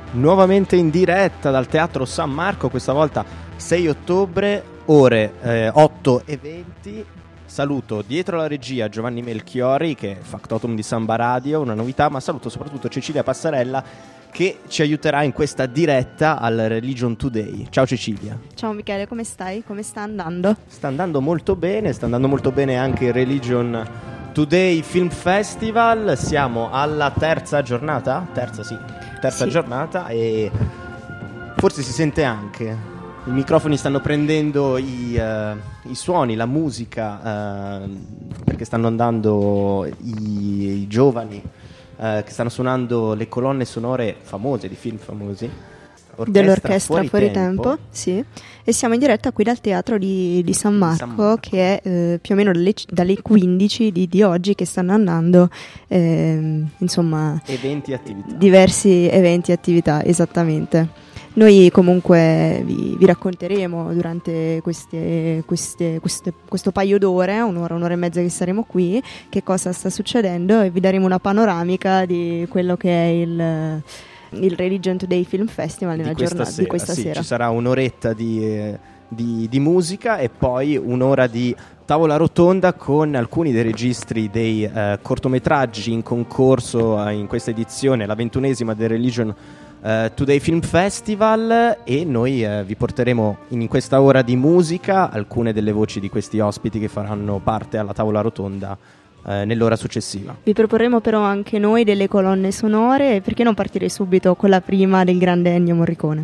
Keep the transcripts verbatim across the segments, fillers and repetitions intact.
Nuovamente in diretta dal Teatro San Marco, questa volta sei ottobre, ore eh, otto e venti. Saluto dietro la regia Giovanni Melchiori, che è factotum di Samba Radio, una novità, ma saluto soprattutto Cecilia Passarella, che ci aiuterà in questa diretta al Religion Today. Ciao Cecilia. Ciao Michele, come stai? Come sta andando? Sta andando molto bene, sta andando molto bene anche il Religion Today Film Festival. Siamo alla terza giornata? Terza sì, terza sì. giornata e forse si sente anche. I microfoni stanno prendendo i, uh, i suoni, la musica, uh, perché stanno andando i, i giovani uh, che stanno suonando le colonne sonore famose, di film famosi. Orchestra Dell'orchestra Fuori, fuori tempo. tempo, sì. E siamo in diretta qui dal teatro di, di San Marco, San Marco. Che è eh, più o meno dalle, dalle quindici di, di oggi che stanno andando eh, insomma eventi e attività. Diversi eventi e attività, esattamente. Noi comunque vi, vi racconteremo durante queste, queste, queste, questo paio d'ore, un'ora, un'ora e mezza che saremo qui, che cosa sta succedendo, e vi daremo una panoramica di quello che è il, il Religion Today Film Festival nella giornata sera, di questa sì, sera. Ci sarà un'oretta di, eh, di, di musica e poi un'ora di tavola rotonda con alcuni dei registri dei eh, cortometraggi in concorso eh, in questa edizione, la ventunesima del Religion Uh, Today Film Festival, e noi uh, vi porteremo in questa ora di musica alcune delle voci di questi ospiti che faranno parte alla tavola rotonda uh, nell'ora successiva. Vi proporremo però anche noi delle colonne sonore, perché non partire subito con la prima del grande Ennio Morricone?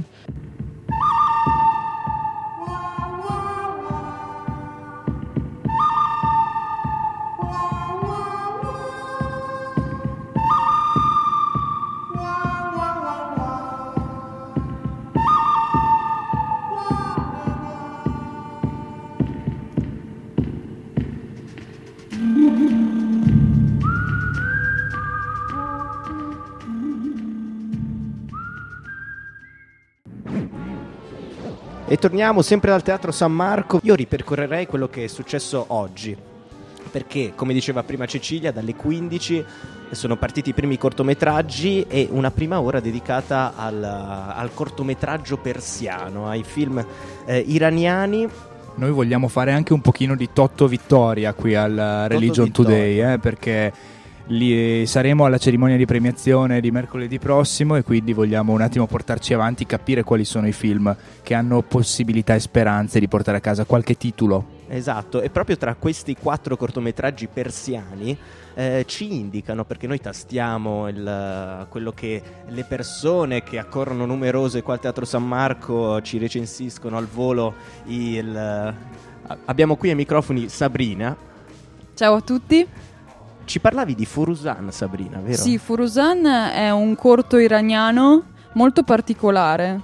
E torniamo sempre dal Teatro San Marco. Io ripercorrerei quello che è successo oggi, perché, come diceva prima Cecilia, dalle quindici sono partiti i primi cortometraggi e una prima ora dedicata al, al cortometraggio persiano, ai film eh, iraniani. Noi vogliamo fare anche un pochino di Totto Vittoria qui al Religion Today, eh, perché lì saremo alla cerimonia di premiazione di mercoledì prossimo e quindi vogliamo un attimo portarci avanti, capire quali sono i film che hanno possibilità e speranze di portare a casa qualche titolo. Esatto, e proprio tra questi quattro cortometraggi persiani eh, ci indicano, perché noi tastiamo il, quello che le persone che accorrono numerose qua al Teatro San Marco ci recensiscono al volo. Il, abbiamo qui ai microfoni Sabrina. Ciao a tutti. Ci parlavi di Furusan, Sabrina, vero? Sì, Furusan è un corto iraniano molto particolare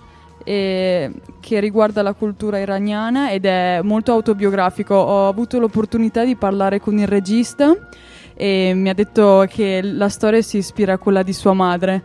e che riguarda la cultura iraniana ed è molto autobiografico. Ho avuto l'opportunità di parlare con il regista e mi ha detto che la storia si ispira a quella di sua madre.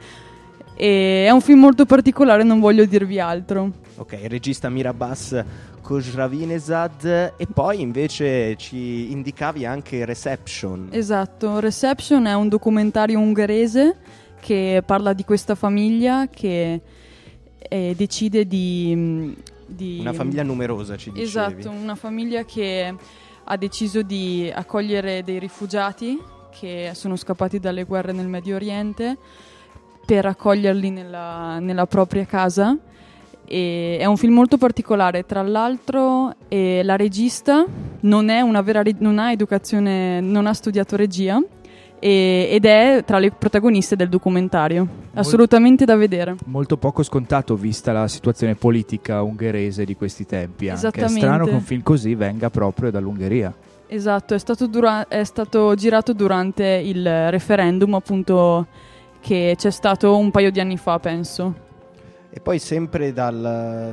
E è un film molto particolare, non voglio dirvi altro. Ok, il regista Mirabas Khosravinezad, e poi invece ci indicavi anche Reception. Esatto, Reception è un documentario ungherese che parla di questa famiglia che eh, decide di, di... Una famiglia numerosa, ci dicevi. Esatto, una famiglia che ha deciso di accogliere dei rifugiati che sono scappati dalle guerre nel Medio Oriente per accoglierli nella, nella propria casa. E è un film molto particolare, tra l'altro eh, la regista non è una vera re- non ha educazione, non ha studiato regia e, ed è tra le protagoniste del documentario. Assolutamente da vedere. Molto poco scontato vista la situazione politica ungherese di questi tempi. Anche. È Esattamente. strano che un film così venga proprio dall'Ungheria. Esatto, è stato, dura- è stato girato durante il referendum, appunto, che c'è stato un paio di anni fa, penso. E poi sempre dal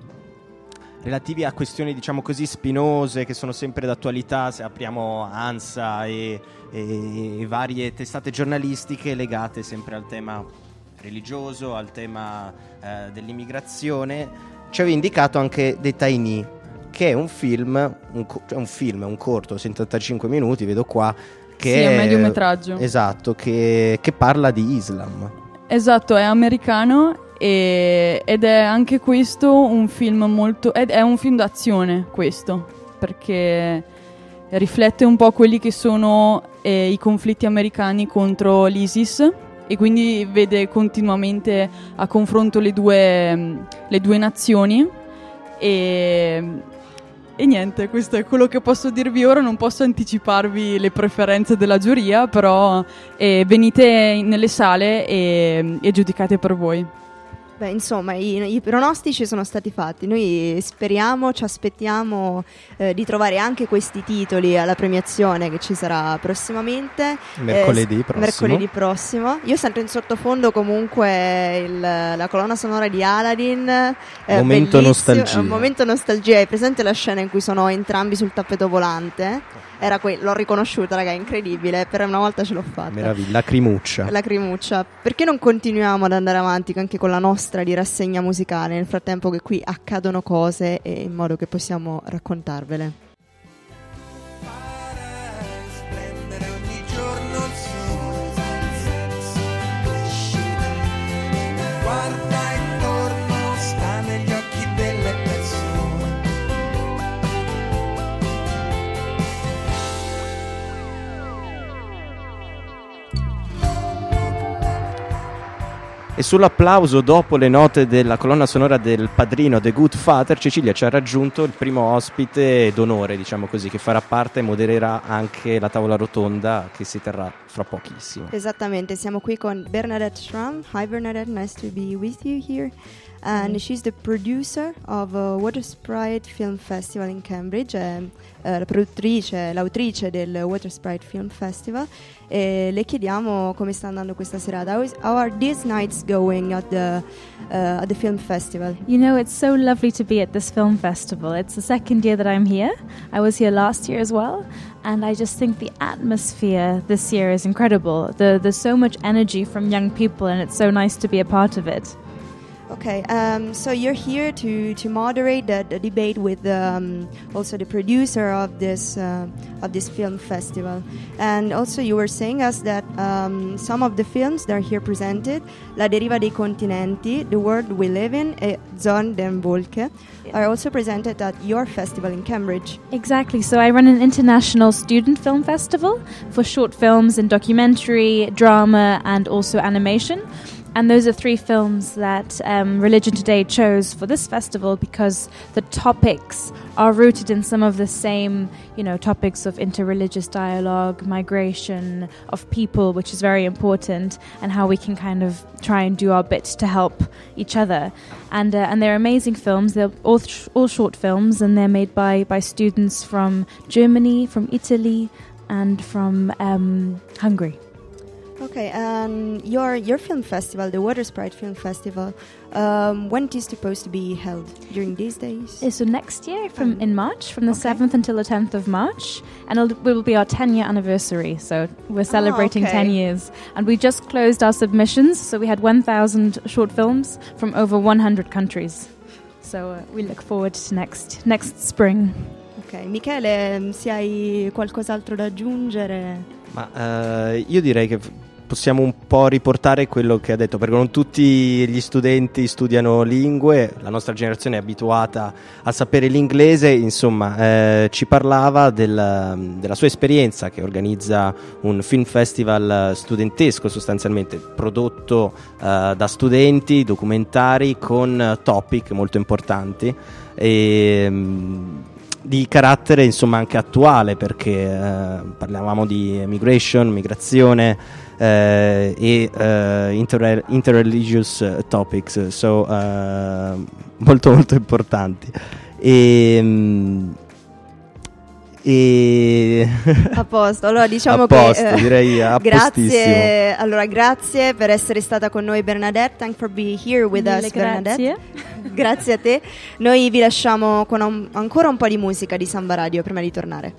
relativi a questioni, diciamo così, spinose, che sono sempre d'attualità, se apriamo ANSA e, e, e varie testate giornalistiche legate sempre al tema religioso, al tema eh, dell'immigrazione, ci avevi indicato anche The Tiny, che è un film, un, cioè un film, un corto, settantacinque minuti, vedo qua, che sì, è un mediometraggio. Esatto, che, che parla di Islam. Esatto, è americano e, ed è anche questo un film molto è, è un film d'azione, questo, perché riflette un po' quelli che sono eh, i conflitti americani contro l'ISIS, e quindi vede continuamente a confronto le due, le due nazioni e, e niente, questo è quello che posso dirvi ora. Non posso anticiparvi le preferenze della giuria, però eh, venite nelle sale e, e giudicate per voi. Beh, insomma, i, i pronostici sono stati fatti. Noi speriamo, ci aspettiamo eh, di trovare anche questi titoli alla premiazione che ci sarà prossimamente. Mercoledì eh, prossimo. Mercoledì prossimo. Io sento in sottofondo comunque il, la colonna sonora di Aladdin. Eh, momento nostalgia. Un momento nostalgia. Hai presente la scena in cui sono entrambi sul tappeto volante? Era que- l'ho riconosciuta, raga, incredibile. Per una volta ce l'ho fatta. Meraviglia, lacrimuccia. Lacrimuccia. Perché non continuiamo ad andare avanti anche con la nostra di rassegna musicale nel frattempo che qui accadono cose e in modo che possiamo raccontarvele? E sull'applauso dopo le note della colonna sonora del Padrino, The Good Father, Cecilia ci ha raggiunto il primo ospite d'onore, diciamo così, che farà parte e modererà anche la tavola rotonda che si terrà fra pochissimo. Esattamente, siamo qui con Bernadette Schramm. Hi Bernadette, nice to be with you here. And she's the producer of uh, Water Sprite Film Festival in Cambridge, è uh, la produttrice, l'autrice del Water Sprite Film Festival. E le chiediamo come sta andando questa serata. How, is, how are these nights going at the, uh, at the film festival? You know, it's so lovely to be at this film festival. It's the second year that I'm here. I was here last year as well. And I just think the atmosphere this year is incredible. The, there's so much energy from young people, and it's so nice to be a part of it. Okay, um, so you're here to, to moderate the, the debate with um, also the producer of this uh, of this film festival, and also you were saying us that um, some of the films that are here presented, La deriva dei continenti, The World We Live In, e Zorn den Wolke, are also presented at your festival in Cambridge. Exactly. So I run an international student film festival for short films and documentary, drama, and also animation. And those are three films that um, Religion Today chose for this festival because the topics are rooted in some of the same, you know, topics of interreligious dialogue, migration, of people, which is very important, and how we can kind of try and do our bit to help each other. And uh, and they're amazing films. They're all sh- all short films, and they're made by by students from Germany, from Italy, and from um, Hungary. Okay, and your your film festival, the Water Sprite Film Festival, um, when it is supposed to be held? During these days? Uh, So next year, from Um, in March, from the okay. seventh until the tenth of March, and it'll, it will be our ten-year anniversary. So we're celebrating okay. ten years, and we just closed our submissions. So we had one thousand short films from over one hundred countries. So uh, we look forward to next next spring. Ok, Michele, se hai qualcos'altro da aggiungere? Ma eh, io direi che f- possiamo un po' riportare quello che ha detto, perché non tutti gli studenti studiano lingue, la nostra generazione è abituata a sapere l'inglese, insomma eh, ci parlava del, della sua esperienza, che organizza un film festival studentesco sostanzialmente, prodotto eh, da studenti, documentari con topic molto importanti e mh, di carattere insomma anche attuale, perché eh, parlavamo di immigration, migrazione eh, e eh, inter- interreligious topics, so eh, molto molto importanti. E, mh, e A posto, allora diciamo a posto, che eh, direi a postissimo. grazie, allora grazie per essere stata con noi Bernadette, thank for being here with Mille us Bernadette. grazie. Grazie a te. Noi vi lasciamo con un- ancora un po' di musica di Samba Radio prima di tornare.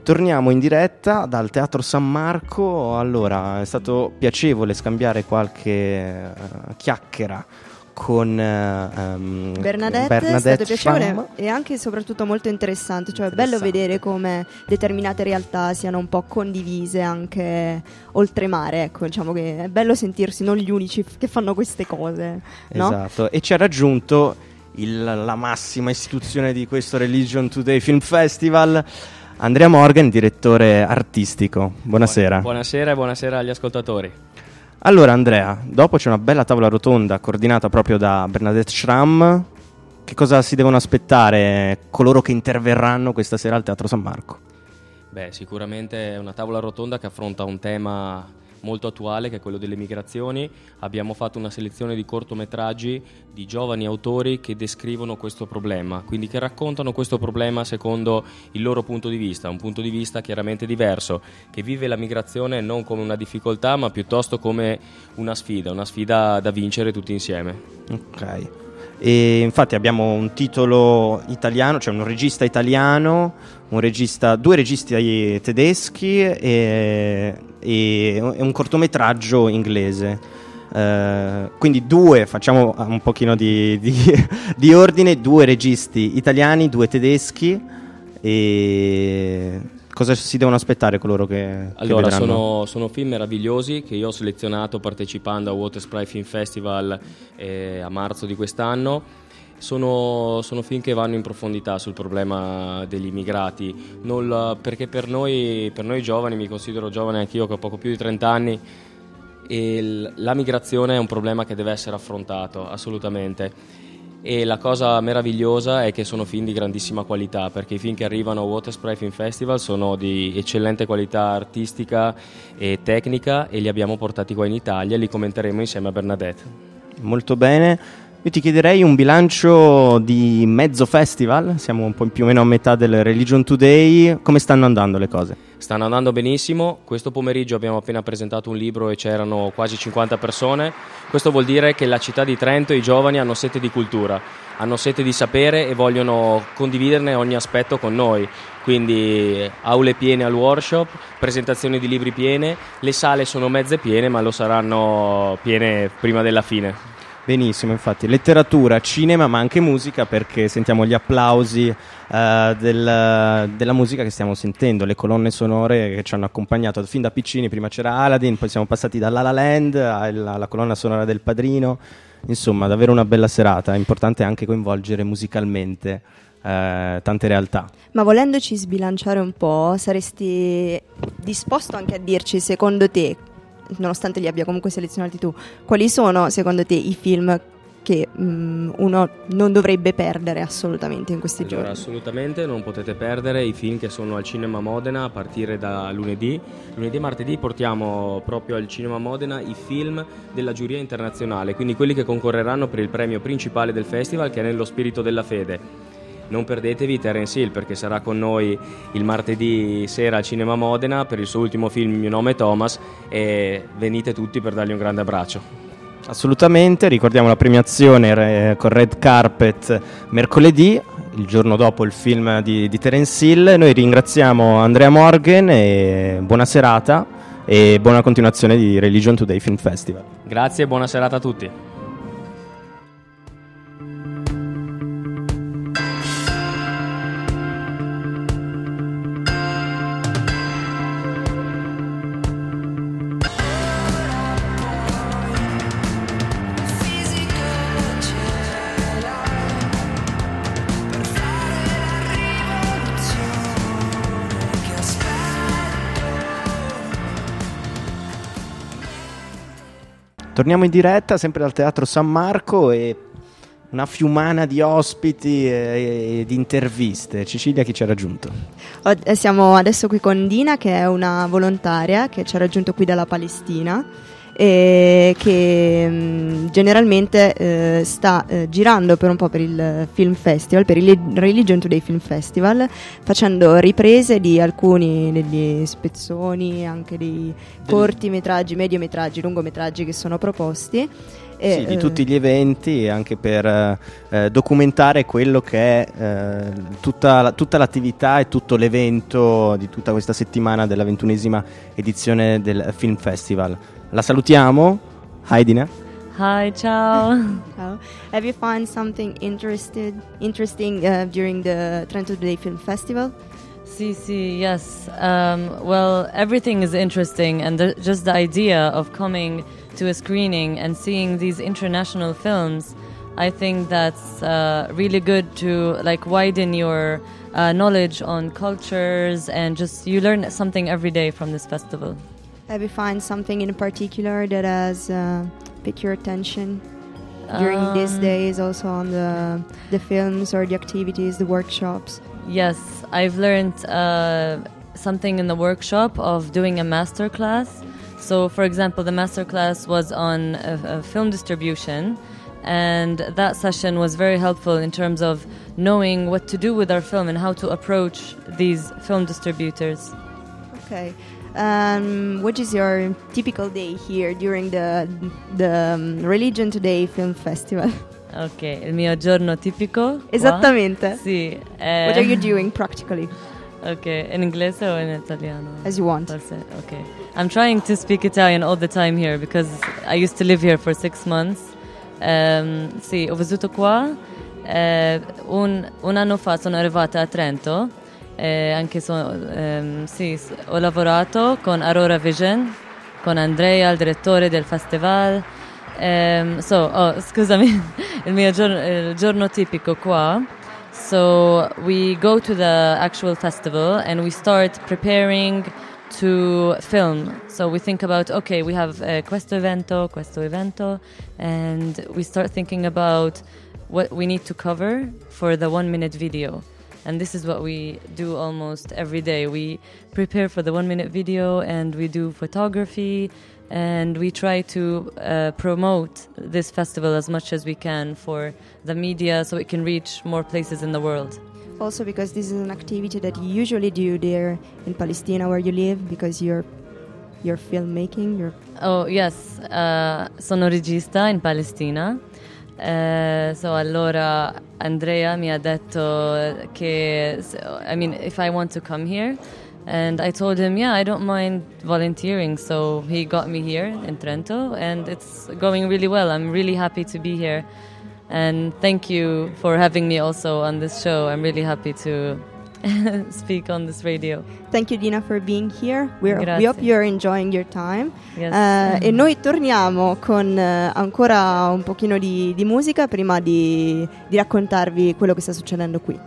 torniamo in diretta dal Teatro San Marco. Allora, è stato piacevole scambiare qualche uh, chiacchiera con um, Bernadette, Bernadette, è stato piacevole Schramm. e anche e soprattutto molto interessante, cioè è Interessante. bello vedere come determinate realtà siano un po' condivise anche oltremare, ecco, diciamo che è bello sentirsi non gli unici f- che fanno queste cose, no? Esatto, e ci ha raggiunto il, la massima istituzione di questo Religion Today Film Festival, Andrea Morgan, direttore artistico. Buonasera. Buonasera e buonasera agli ascoltatori. Allora Andrea, dopo c'è una bella tavola rotonda coordinata proprio da Bernadette Schramm. Che cosa si devono aspettare coloro che interverranno questa sera al Teatro San Marco? Beh, sicuramente è una tavola rotonda che affronta un tema molto attuale, che è quello delle migrazioni. Abbiamo fatto una selezione di cortometraggi di giovani autori che descrivono questo problema, quindi che raccontano questo problema secondo il loro punto di vista, un punto di vista chiaramente diverso, che vive la migrazione non come una difficoltà ma piuttosto come una sfida, una sfida da vincere tutti insieme. Ok. E infatti abbiamo un titolo italiano, cioè un regista italiano, un regista, due registi tedeschi e, e un cortometraggio inglese. Uh, quindi due, facciamo un pochino di, di, di ordine, due registi italiani, due tedeschi. E cosa si devono aspettare coloro che, allora, che vedranno? Sono, sono film meravigliosi che io ho selezionato partecipando a Waterspray Film Festival eh, a marzo di quest'anno. Sono, sono film che vanno in profondità sul problema degli immigrati, non, perché per noi, per noi giovani, mi considero giovane anch'io che ho poco più di trenta anni, e l- la migrazione è un problema che deve essere affrontato assolutamente. E la cosa meravigliosa è che sono film di grandissima qualità, perché i film che arrivano a Waterspray Film Festival sono di eccellente qualità artistica e tecnica e li abbiamo portati qua in Italia e li commenteremo insieme a Bernadette. Molto bene. Io ti chiederei un bilancio di mezzo festival, siamo un po' più o meno a metà del Religion Today, come stanno andando le cose? Stanno andando benissimo, questo pomeriggio abbiamo appena presentato un libro e c'erano quasi cinquanta persone, questo vuol dire che la città di Trento e i giovani hanno sete di cultura, hanno sete di sapere e vogliono condividerne ogni aspetto con noi, quindi aule piene al workshop, presentazioni di libri piene, le sale sono mezze piene ma lo saranno piene prima della fine. Benissimo, infatti, letteratura, cinema, ma anche musica, perché sentiamo gli applausi uh, del, della musica che stiamo sentendo, le colonne sonore che ci hanno accompagnato fin da piccini. Prima c'era Aladdin, poi siamo passati da La La Land alla, alla colonna sonora del Padrino. Insomma, davvero una bella serata. È importante anche coinvolgere musicalmente uh, tante realtà. Ma volendoci sbilanciare un po', saresti disposto anche a dirci, secondo te, nonostante li abbia comunque selezionati tu, quali sono secondo te i film che mh, uno non dovrebbe perdere assolutamente in questi allora, giorni? Assolutamente non potete perdere i film che sono al Cinema Modena a partire da lunedì. Lunedì e martedì portiamo proprio al Cinema Modena i film della giuria internazionale, quindi quelli che concorreranno per il premio principale del festival, che è Nello spirito della fede. Non perdetevi Terence Hill, perché sarà con noi il martedì sera al Cinema Modena per il suo ultimo film Il mio nome è Thomas, e venite tutti per dargli un grande abbraccio. Assolutamente, ricordiamo la premiazione eh, con Red Carpet mercoledì, il giorno dopo il film di, di Terence Hill. Noi ringraziamo Andrea Morgan e buona serata e buona continuazione di Religion Today Film Festival. Grazie e buona serata a tutti. Torniamo in diretta sempre dal Teatro San Marco e una fiumana di ospiti e, e di interviste. Cecilia, chi ci ha raggiunto? O- siamo adesso qui con Dina, che è una volontaria che ci ha raggiunto qui dalla Palestina e che mh, generalmente eh, sta eh, girando per un po' per il film festival, per il Religion Today Film Festival, facendo riprese di alcuni degli spezzoni, anche dei cortimetraggi, mediometraggi, lungometraggi che sono proposti, E, sì, di eh, tutti gli eventi, anche per eh, documentare quello che è eh, tutta, la, tutta l'attività e tutto l'evento di tutta questa settimana della ventunesima edizione del Film Festival. La salutiamo, Haidina. Hi, ciao. Ciao. Have you found something interested, interesting uh, during the Trento Today Film Festival? Si, si, yes. Um, well, everything is interesting, and the, just the idea of coming to a screening and seeing these international films, I think that's uh, really good to like widen your uh, knowledge on cultures, and just you learn something every day from this festival. Have you found something in particular that has uh, piqued your attention during Um, these days, also on the the films or the activities, the workshops? Yes, I've learned uh, something in the workshop of doing a master class. So, for example, the master class was on a, a film distribution, and that session was very helpful in terms of knowing what to do with our film and how to approach these film distributors. Okay. Um, what is your typical day here during the the um, Religion Today Film Festival? Ok, il mio giorno tipico. qua? Esattamente. Sì. eh, What are you doing practically? Ok, in inglese o in italiano? As you want. Forse, ok. I'm trying to speak Italian all the time here because I used to live here for six months. Um, sì, ho vissuto qua. Eh, un, un anno fa sono arrivata a Trento. Eh, anche so, ehm, sì, s- ho lavorato con Aurora Vision, con Andrea, il direttore del festival. Ehm, so, oh, scusami, il mio giorno, il giorno tipico qua. So we go to the actual festival and we start preparing to film. So we think about, okay, we have uh, questo evento, questo evento, and we start thinking about what we need to cover for the one minute video. And this is what we do almost every day. We prepare for the one minute video and we do photography and we try to uh, promote this festival as much as we can for the media so it can reach more places in the world. Also because this is an activity that you usually do there in Palestina where you live, because you're you're filmmaking, you're Oh yes, uh, sono regista in Palestina. Uh, so allora Andrea mi ha detto che, I mean, if I want to come here, and I told him, yeah, I don't mind volunteering. So he got me here in Trento, and it's going really well. I'm really happy to be here, and thank you for having me also on this show. I'm really happy to speak on this radio. Thank you, Dina, for being here. We're, we Grazie. hope you're enjoying your time. Yes. Eh, e noi torniamo con eh, ancora un pochino di, di musica prima di, di raccontarvi quello che sta succedendo qui.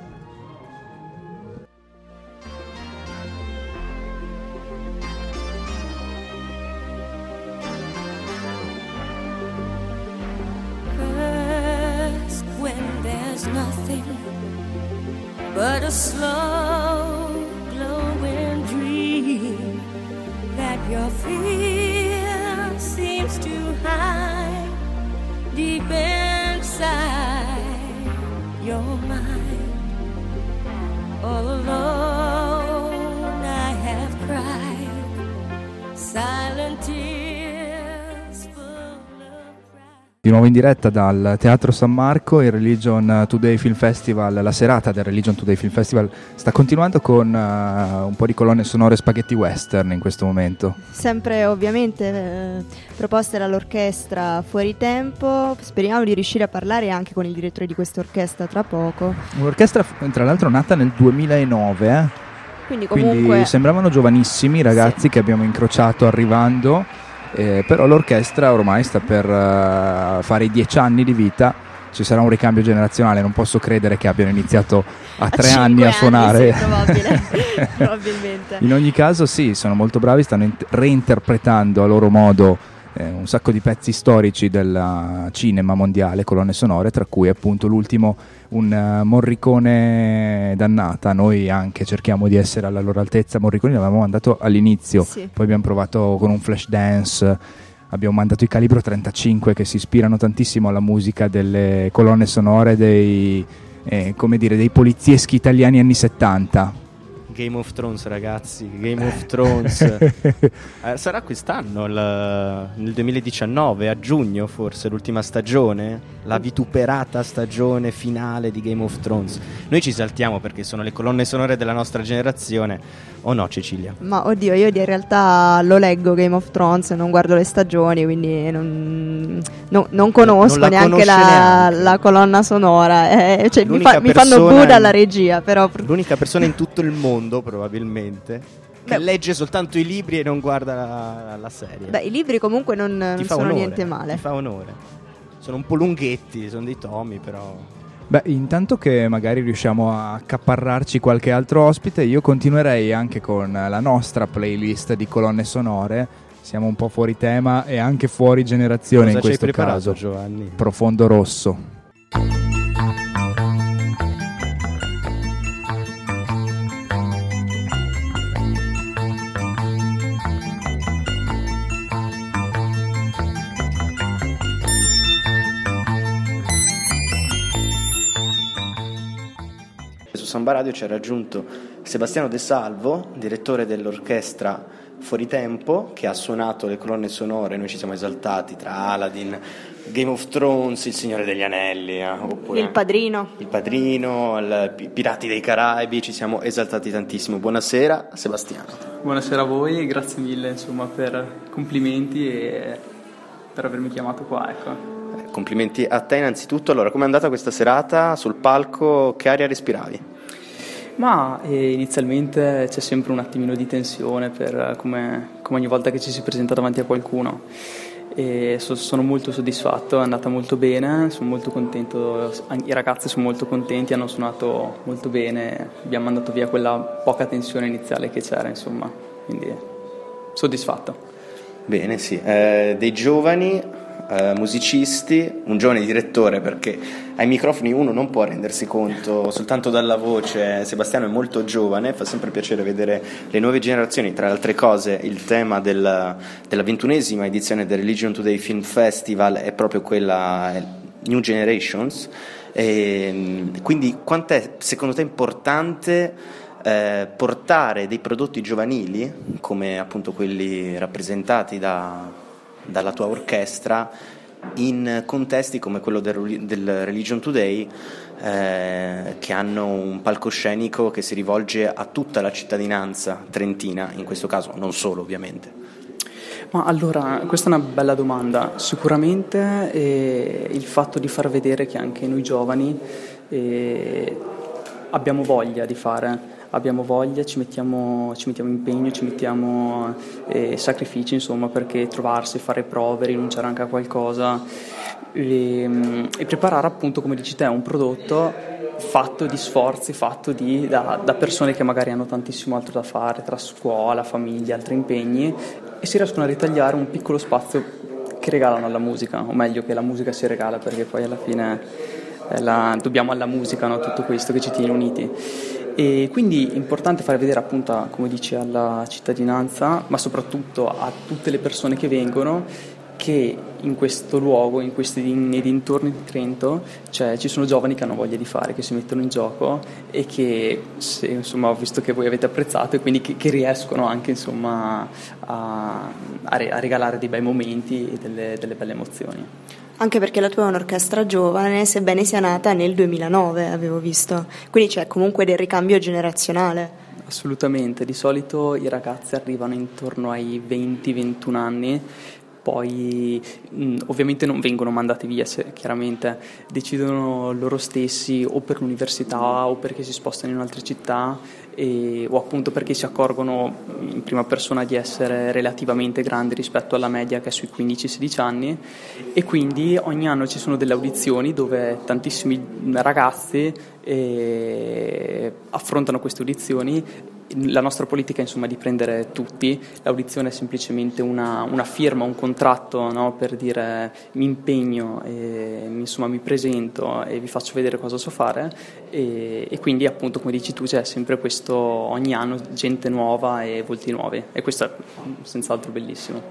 First, when there's nothing but a slow glowing dream that your fear seems to hide deep inside your mind. All alone I have cried silent tears full of pride. Di nuovo in diretta dal Teatro San Marco, il Religion Today Film Festival, la serata del Religion Today Film Festival sta continuando con uh, un po' di colonne sonore spaghetti western in questo momento. Sempre ovviamente eh, proposte dall'orchestra Fuori Tempo. Speriamo di riuscire a parlare anche con il direttore di questa orchestra tra poco. Un'orchestra tra l'altro nata nel duemilanove, eh? Quindi comunque Quindi sembravano giovanissimi i ragazzi Sì. che abbiamo incrociato arrivando, eh, però l'orchestra ormai sta per uh, fare i dieci anni di vita. Ci sarà un ricambio generazionale, non posso credere che abbiano iniziato a, tre cinque anni a suonare. sì, probabile. Probabilmente. In ogni caso sì, sono molto bravi, stanno int- reinterpretando a loro modo eh, un sacco di pezzi storici del cinema mondiale, colonne sonore, tra cui appunto l'ultimo, un uh, Morricone dannata. Noi anche cerchiamo di essere alla loro altezza. Morricone l'avevamo mandato all'inizio, Sì. poi abbiamo provato con un flash dance, abbiamo mandato i Calibro trentacinque che si ispirano tantissimo alla musica delle colonne sonore dei, eh, come dire, dei polizieschi italiani anni settanta. Game of Thrones, ragazzi, Game of Thrones. eh, sarà quest'anno, il, nel duemiladiciannove, a giugno forse, l'ultima stagione, la vituperata stagione finale di Game of Thrones. Noi ci saltiamo perché sono le colonne sonore della nostra generazione, o no, Cecilia? Ma oddio, io in realtà lo leggo Game of Thrones, non guardo le stagioni, quindi non, no, non conosco non la neanche la, neanche la colonna sonora, eh, cioè mi, fa, mi persona fanno bu dalla regia, però l'unica persona in tutto il mondo probabilmente che Beh, legge soltanto i libri e non guarda la, la serie. Beh, i libri comunque non, non sono onore, niente male. Ti fa onore. Sono un po' lunghetti, sono dei tomi, però. Beh, intanto che magari riusciamo a accaparrarci qualche altro ospite, io continuerei anche con la nostra playlist di colonne sonore. Siamo un po' fuori tema e anche fuori generazione. Cosa in questo preparato, caso, Giovanni? Profondo Rosso. Su Samba Radio ci ha raggiunto Sebastiano De Salvo, direttore dell'orchestra Fuori Tempo, che ha suonato le colonne sonore. Noi ci siamo esaltati tra Aladdin, Game of Thrones, Il Signore degli Anelli, eh, oppure Il Padrino, Il Padrino, il Pirati dei Caraibi, ci siamo esaltati tantissimo. Buonasera Sebastiano. Buonasera a voi e grazie mille insomma per complimenti e per avermi chiamato qua, ecco. Complimenti a te innanzitutto. Allora, com'è andata questa serata sul palco? Che aria respiravi? Ma eh, inizialmente c'è sempre un attimino di tensione per, come, come ogni volta che ci si presenta davanti a qualcuno, e so, sono molto soddisfatto, è andata molto bene, sono molto contento, i ragazzi sono molto contenti, hanno suonato molto bene, abbiamo mandato via quella poca tensione iniziale che c'era, insomma, quindi soddisfatto. Bene, sì, eh, dei giovani Uh, musicisti, un giovane direttore, perché ai microfoni uno non può rendersi conto soltanto dalla voce. Sebastiano è molto giovane, fa sempre piacere vedere le nuove generazioni. Tra le altre cose, il tema del, della ventunesima edizione del Religion Today Film Festival è proprio quella New Generations, e quindi quant'è secondo te importante eh, portare dei prodotti giovanili come appunto quelli rappresentati da dalla tua orchestra in contesti come quello del, del Religion Today, eh, che hanno un palcoscenico che si rivolge a tutta la cittadinanza trentina, in questo caso non solo ovviamente. Ma allora, questa è una bella domanda. Sicuramente eh, il fatto di far vedere che anche noi giovani eh, abbiamo voglia di fare, abbiamo voglia, ci mettiamo, ci mettiamo impegno, ci mettiamo eh, sacrifici, insomma, perché trovarsi, fare prove, rinunciare anche a qualcosa e, e preparare, appunto, come dici te, un prodotto fatto di sforzi, fatto di, da, da persone che magari hanno tantissimo altro da fare, tra scuola, famiglia, altri impegni, e si riescono a ritagliare un piccolo spazio che regalano alla musica, o meglio che la musica si regala, perché poi alla fine eh, la, dobbiamo alla musica, no, tutto questo che ci tiene uniti. E quindi è importante fare vedere, appunto, come dici, alla cittadinanza, ma soprattutto a tutte le persone che vengono, che in questo luogo, in questi nei dintorni di Trento, cioè, ci sono giovani che hanno voglia di fare, che si mettono in gioco e che, se, insomma, ho visto che voi avete apprezzato, e quindi che, che riescono anche, insomma, a, a, re, a regalare dei bei momenti e delle, delle belle emozioni. Anche perché la tua è un'orchestra giovane, sebbene sia nata nel duemilanove, avevo visto, quindi c'è comunque del ricambio generazionale. Assolutamente, di solito i ragazzi arrivano intorno ai venti ventuno anni, poi mh, ovviamente non vengono mandati via, se, chiaramente decidono loro stessi, o per l'università o perché si spostano in altre città, e, o appunto perché si accorgono in prima persona di essere relativamente grandi rispetto alla media, che è sui quindici sedici anni, e quindi ogni anno ci sono delle audizioni dove tantissimi ragazzi eh, affrontano queste audizioni. La nostra politica, insomma, è di prendere tutti. L'audizione è semplicemente una, una firma, un contratto, no? Per dire mi impegno, e, insomma, mi presento e vi faccio vedere cosa so fare, e, e quindi, appunto, come dici tu, c'è sempre questo, ogni anno gente nuova e volti nuovi, e questo è senz'altro bellissimo.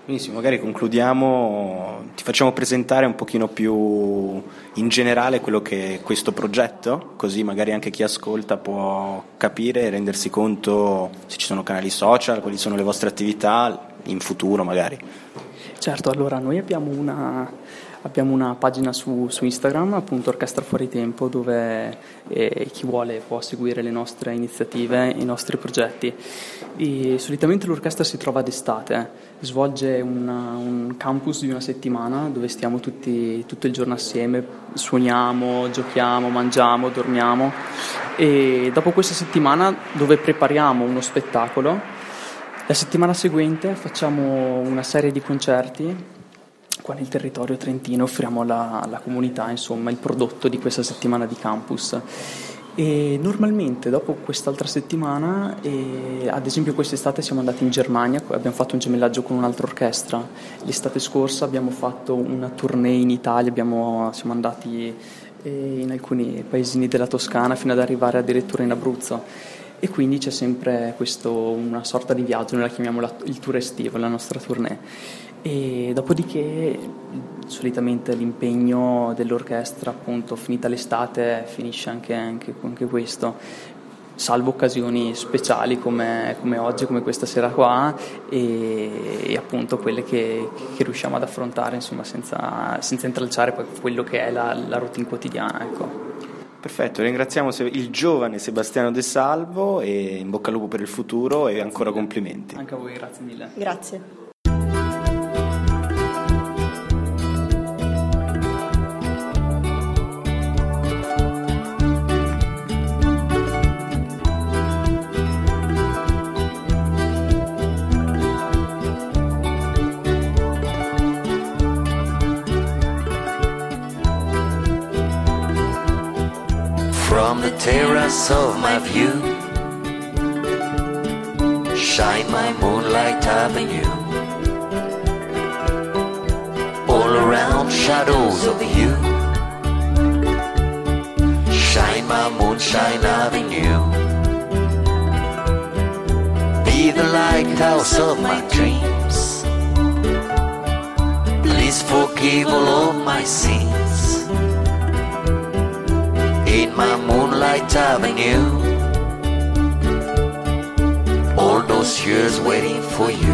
Benissimo, magari concludiamo, ti facciamo presentare un pochino più in generale quello che è questo progetto, così magari anche chi ascolta può capire e rendersi conto se ci sono canali social, quali sono le vostre attività in futuro magari. Certo, allora noi abbiamo una, abbiamo una pagina su, su Instagram, appunto Orchestra Fuori Tempo, dove eh, chi vuole può seguire le nostre iniziative, i nostri progetti. E solitamente l'orchestra si trova d'estate, svolge una, un campus di una settimana dove stiamo tutti, tutto il giorno assieme, suoniamo, giochiamo, mangiamo, dormiamo, e dopo questa settimana dove prepariamo uno spettacolo, la settimana seguente facciamo una serie di concerti qua nel territorio trentino, offriamo alla, alla comunità insomma il prodotto di questa settimana di campus. E normalmente dopo quest'altra settimana, eh, ad esempio quest'estate siamo andati in Germania, abbiamo fatto un gemellaggio con un'altra orchestra, l'estate scorsa abbiamo fatto una tournée in Italia, abbiamo, siamo andati eh, in alcuni paesini della Toscana fino ad arrivare addirittura in Abruzzo. E quindi c'è sempre questo, una sorta di viaggio, noi la chiamiamo la, il tour estivo, la nostra tournée. E dopodiché solitamente l'impegno dell'orchestra, appunto, finita l'estate, finisce anche, anche, anche questo, salvo occasioni speciali come, come oggi, come questa sera qua, e, e appunto quelle che, che riusciamo ad affrontare, insomma, senza, senza intralciare poi quello che è la, la routine quotidiana, ecco. Perfetto, ringraziamo il giovane Sebastiano De Salvo e in bocca al lupo per il futuro e ancora complimenti. Anche a voi, grazie mille. Grazie. From the terrace of my view shine my moonlight avenue. All around shadows of you shine my moonshine avenue. Be the lighthouse of my dreams. Please forgive all of my sins. In my moonlight avenue, all those years waiting for you.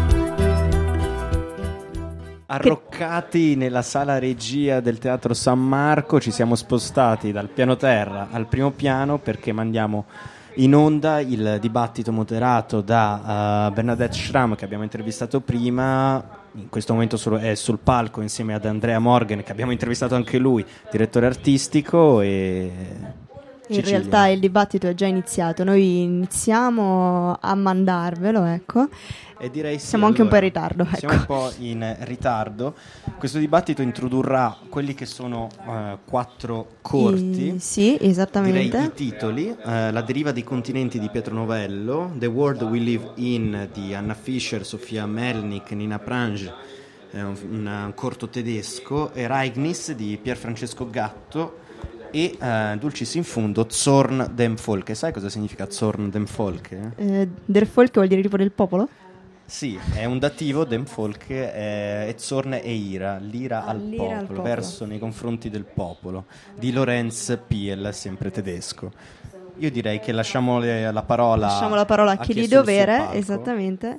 Arroccati nella sala regia del Teatro San Marco, ci siamo spostati dal piano terra al primo piano perché mandiamo in onda il dibattito moderato da uh, Bernadette Schramm, che abbiamo intervistato prima. In questo momento solo è sul palco insieme ad Andrea Morgan, che abbiamo intervistato anche lui, direttore artistico. E in Cecilia. realtà il dibattito è già iniziato, noi iniziamo a mandarvelo, ecco. E direi sì, siamo anche allora, un po' in ritardo, ecco. Siamo un po' in ritardo. Questo dibattito introdurrà quelli che sono uh, quattro corti. I, sì, esattamente. Direi i titoli: uh, La deriva dei continenti di Pietro Novello, The World We Live In di Anna Fischer, Sofia Melnik, Nina Prange, eh, un, un corto tedesco, Ereignis di Pier Francesco Gatto e uh, Dulcis in Fundo, Zorn dem Volke. Sai cosa significa Zorn dem Volke? Eh, der Volke vuol dire tipo del popolo? Sì, è un dativo, dem Volke, è, e Zorn è ira, l'ira, ah, al, l'ira popolo, al popolo, verso nei confronti del popolo, di Lorenz Piel, sempre tedesco. Io direi che lasciamo le, la parola lasciamo la parola a chi di dovere, esattamente.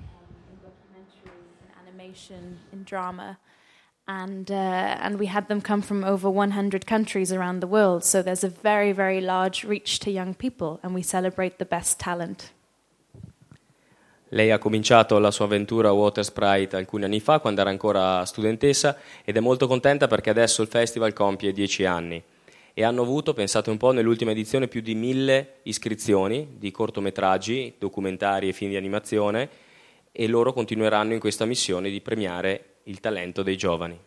Animation in drama. And, uh, and we had them come from over one hundred countries around the world, so there's a very, very large reach to young people, and we celebrate the best talent. Lei ha cominciato la sua avventura a Water Sprite alcuni anni fa, quando era ancora studentessa, ed è molto contenta perché adesso il festival compie dieci anni. E hanno avuto, pensate un po', nell'ultima edizione più di mille iscrizioni di cortometraggi, documentari e film di animazione, e loro continueranno in questa missione di premiare il talento dei giovani.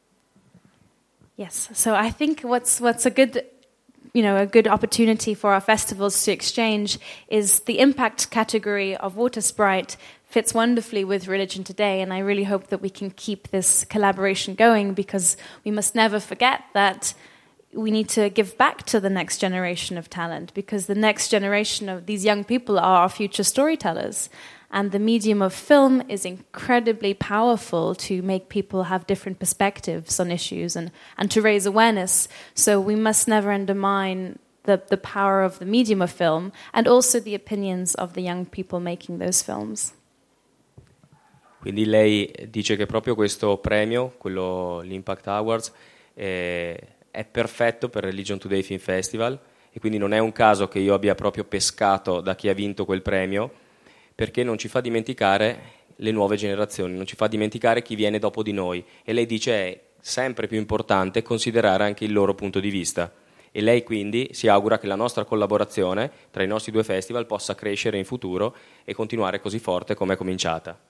Yes, so I think what's what's a good you know, a good opportunity for our festivals to exchange is the impact category of Water Sprite fits wonderfully with Religion Today, and I really hope that we can keep this collaboration going, because we must never forget that we need to give back to the next generation of talent, because the next generation of these young people are our future storytellers. And the medium of film is incredibly powerful to make people have different perspectives on issues and, and to raise awareness. So we must never undermine the, the power of the medium of film and also the opinions of the young people making those films. Quindi lei dice che proprio questo premio, quello l'Impact Awards, eh, è perfetto per Religion Today Film Festival, e quindi non è un caso che io abbia proprio pescato da chi ha vinto quel premio, perché non ci fa dimenticare le nuove generazioni, non ci fa dimenticare chi viene dopo di noi, e lei dice è sempre più importante considerare anche il loro punto di vista, e lei quindi si augura che la nostra collaborazione tra i nostri due festival possa crescere in futuro e continuare così forte come è cominciata.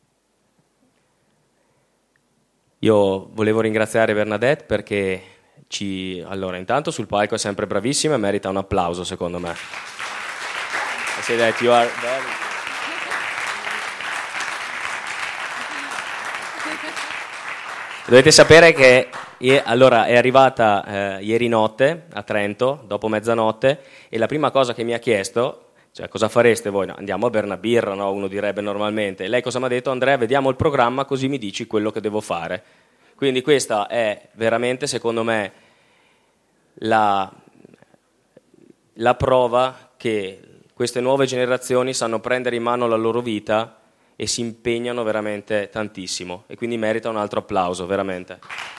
Io volevo ringraziare Bernadette perché ci, allora, intanto sul palco è sempre bravissima e merita un applauso secondo me. I say that you are very... Dovete sapere che allora è arrivata eh, ieri notte a Trento, dopo mezzanotte, e la prima cosa che mi ha chiesto, cioè cosa fareste voi? No, andiamo a bere una birra, no? Uno direbbe normalmente. E lei cosa mi ha detto? Andrea, vediamo il programma così mi dici quello che devo fare. Quindi questa è veramente, secondo me, la, la prova che queste nuove generazioni sanno prendere in mano la loro vita e si impegnano veramente tantissimo, e quindi merita un altro applauso, veramente.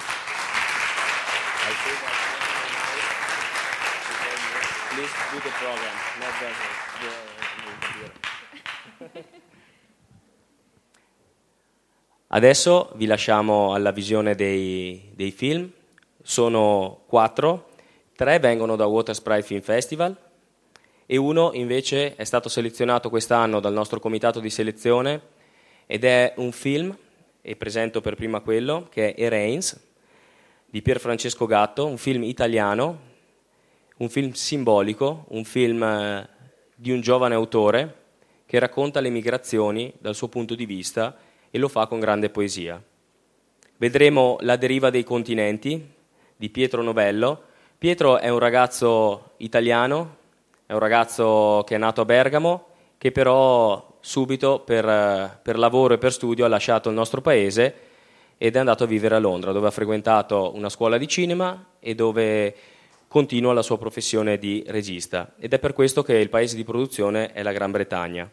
Adesso vi lasciamo alla visione dei, dei film. Sono quattro, tre vengono da Water Sprite Film Festival e uno invece è stato selezionato quest'anno dal nostro comitato di selezione, ed è un film, e presento per prima quello, che è Erains di Pier Francesco Gatto, un film italiano, un film simbolico, un film eh, di un giovane autore che racconta le migrazioni dal suo punto di vista e lo fa con grande poesia. Vedremo La deriva dei continenti di Pietro Novello. Pietro è un ragazzo italiano, è un ragazzo che è nato a Bergamo, che però subito per, per lavoro e per studio ha lasciato il nostro paese ed è andato a vivere a Londra, dove ha frequentato una scuola di cinema e dove continua la sua professione di regista. Ed è per questo che il paese di produzione è la Gran Bretagna.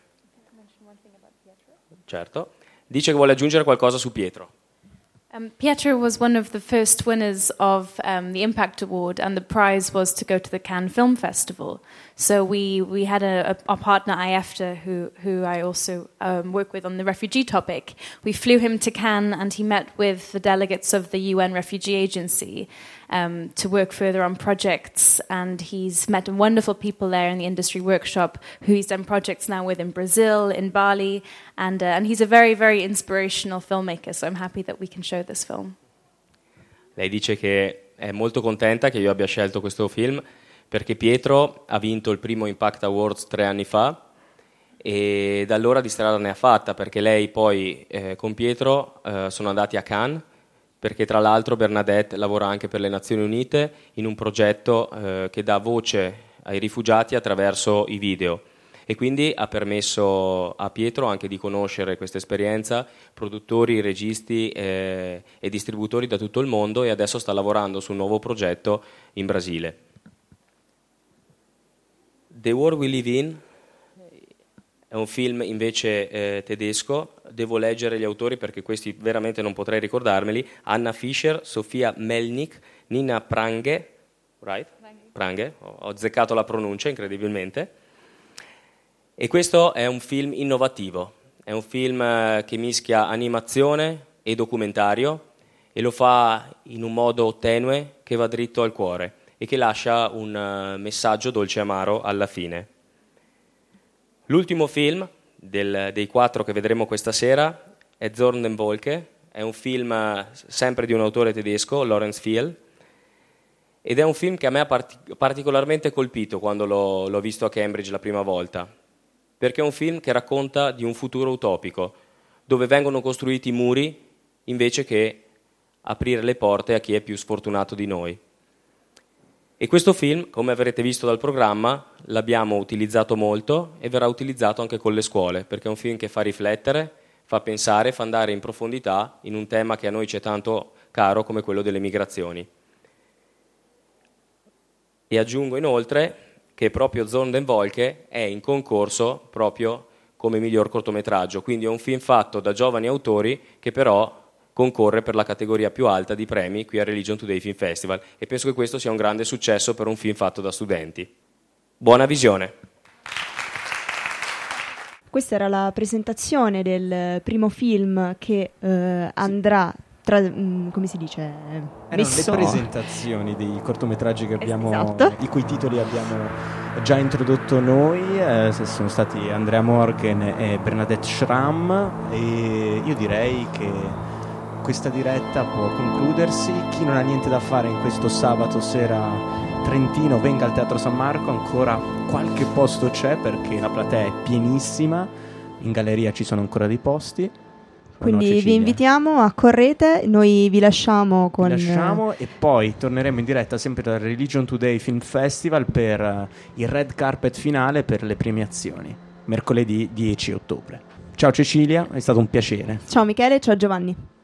Certo. Dice che vuole aggiungere qualcosa su Pietro. Um, Pietro was one of the first winners of um, the Impact Award, and the prize was to go to the Cannes Film Festival. So we, we had a, a, our partner I E F T A, who, who I also um, work with on the refugee topic. We flew him to Cannes, and he met with the delegates of the U N Refugee Agency um, to work further on projects. And he's met wonderful people there in the industry workshop who he's done projects now with in Brazil, in Bali, and, uh, and he's a very, very inspirational filmmaker. So I'm happy that we can show this film. Lei dice che è molto contenta che io abbia scelto questo film perché Pietro ha vinto il primo Impact Awards tre anni fa e da allora di strada ne ha fatta, perché lei poi eh, con Pietro eh, sono andati a Cannes, perché tra l'altro Bernadette lavora anche per le Nazioni Unite in un progetto eh, che dà voce ai rifugiati attraverso i video, e quindi ha permesso a Pietro anche di conoscere questa esperienza, produttori, registi eh, e distributori da tutto il mondo, e adesso sta lavorando su un nuovo progetto in Brasile. The World We Live In è un film invece eh, tedesco, devo leggere gli autori perché questi veramente non potrei ricordarmeli: Anna Fischer, Sofia Melnik, Nina Prange, right? Prange, ho azzeccato la pronuncia incredibilmente. E questo è un film innovativo, è un film eh, che mischia animazione e documentario, e lo fa in un modo tenue che va dritto al cuore e che lascia un uh, messaggio dolce e amaro alla fine. L'ultimo film del, dei quattro che vedremo questa sera è Zorn den Wolke, è un film uh, sempre di un autore tedesco, Lorenz Fiel, ed è un film che a me ha part- particolarmente colpito quando l'ho, l'ho visto a Cambridge la prima volta, perché è un film che racconta di un futuro utopico, dove vengono costruiti muri invece che aprire le porte a chi è più sfortunato di noi. E questo film, come avrete visto dal programma, l'abbiamo utilizzato molto e verrà utilizzato anche con le scuole, perché è un film che fa riflettere, fa pensare, fa andare in profondità in un tema che a noi c'è tanto caro come quello delle migrazioni. E aggiungo inoltre che proprio Zorn den Wolke è in concorso proprio come miglior cortometraggio, quindi è un film fatto da giovani autori che però concorre per la categoria più alta di premi qui a Religion Today Film Festival, e penso che questo sia un grande successo per un film fatto da studenti. Buona visione! Questa era la presentazione del primo film che eh, andrà tra, mh, come si dice, Erano messo... le presentazioni dei cortometraggi che abbiamo, esatto. i cui titoli abbiamo già introdotto noi, eh, sono stati Andrea Morgan e Bernadette Schramm, e io direi che questa diretta può concludersi. Chi non ha niente da fare in questo sabato sera trentino venga al Teatro San Marco, ancora qualche posto c'è perché la platea è pienissima, in galleria ci sono ancora dei posti. Quindi no, vi invitiamo, accorrete, noi vi lasciamo con... Vi lasciamo e poi torneremo in diretta sempre dal Religion Today Film Festival per uh, il red carpet finale per le premiazioni, mercoledì dieci ottobre. Ciao Cecilia, è stato un piacere. Ciao Michele, ciao Giovanni.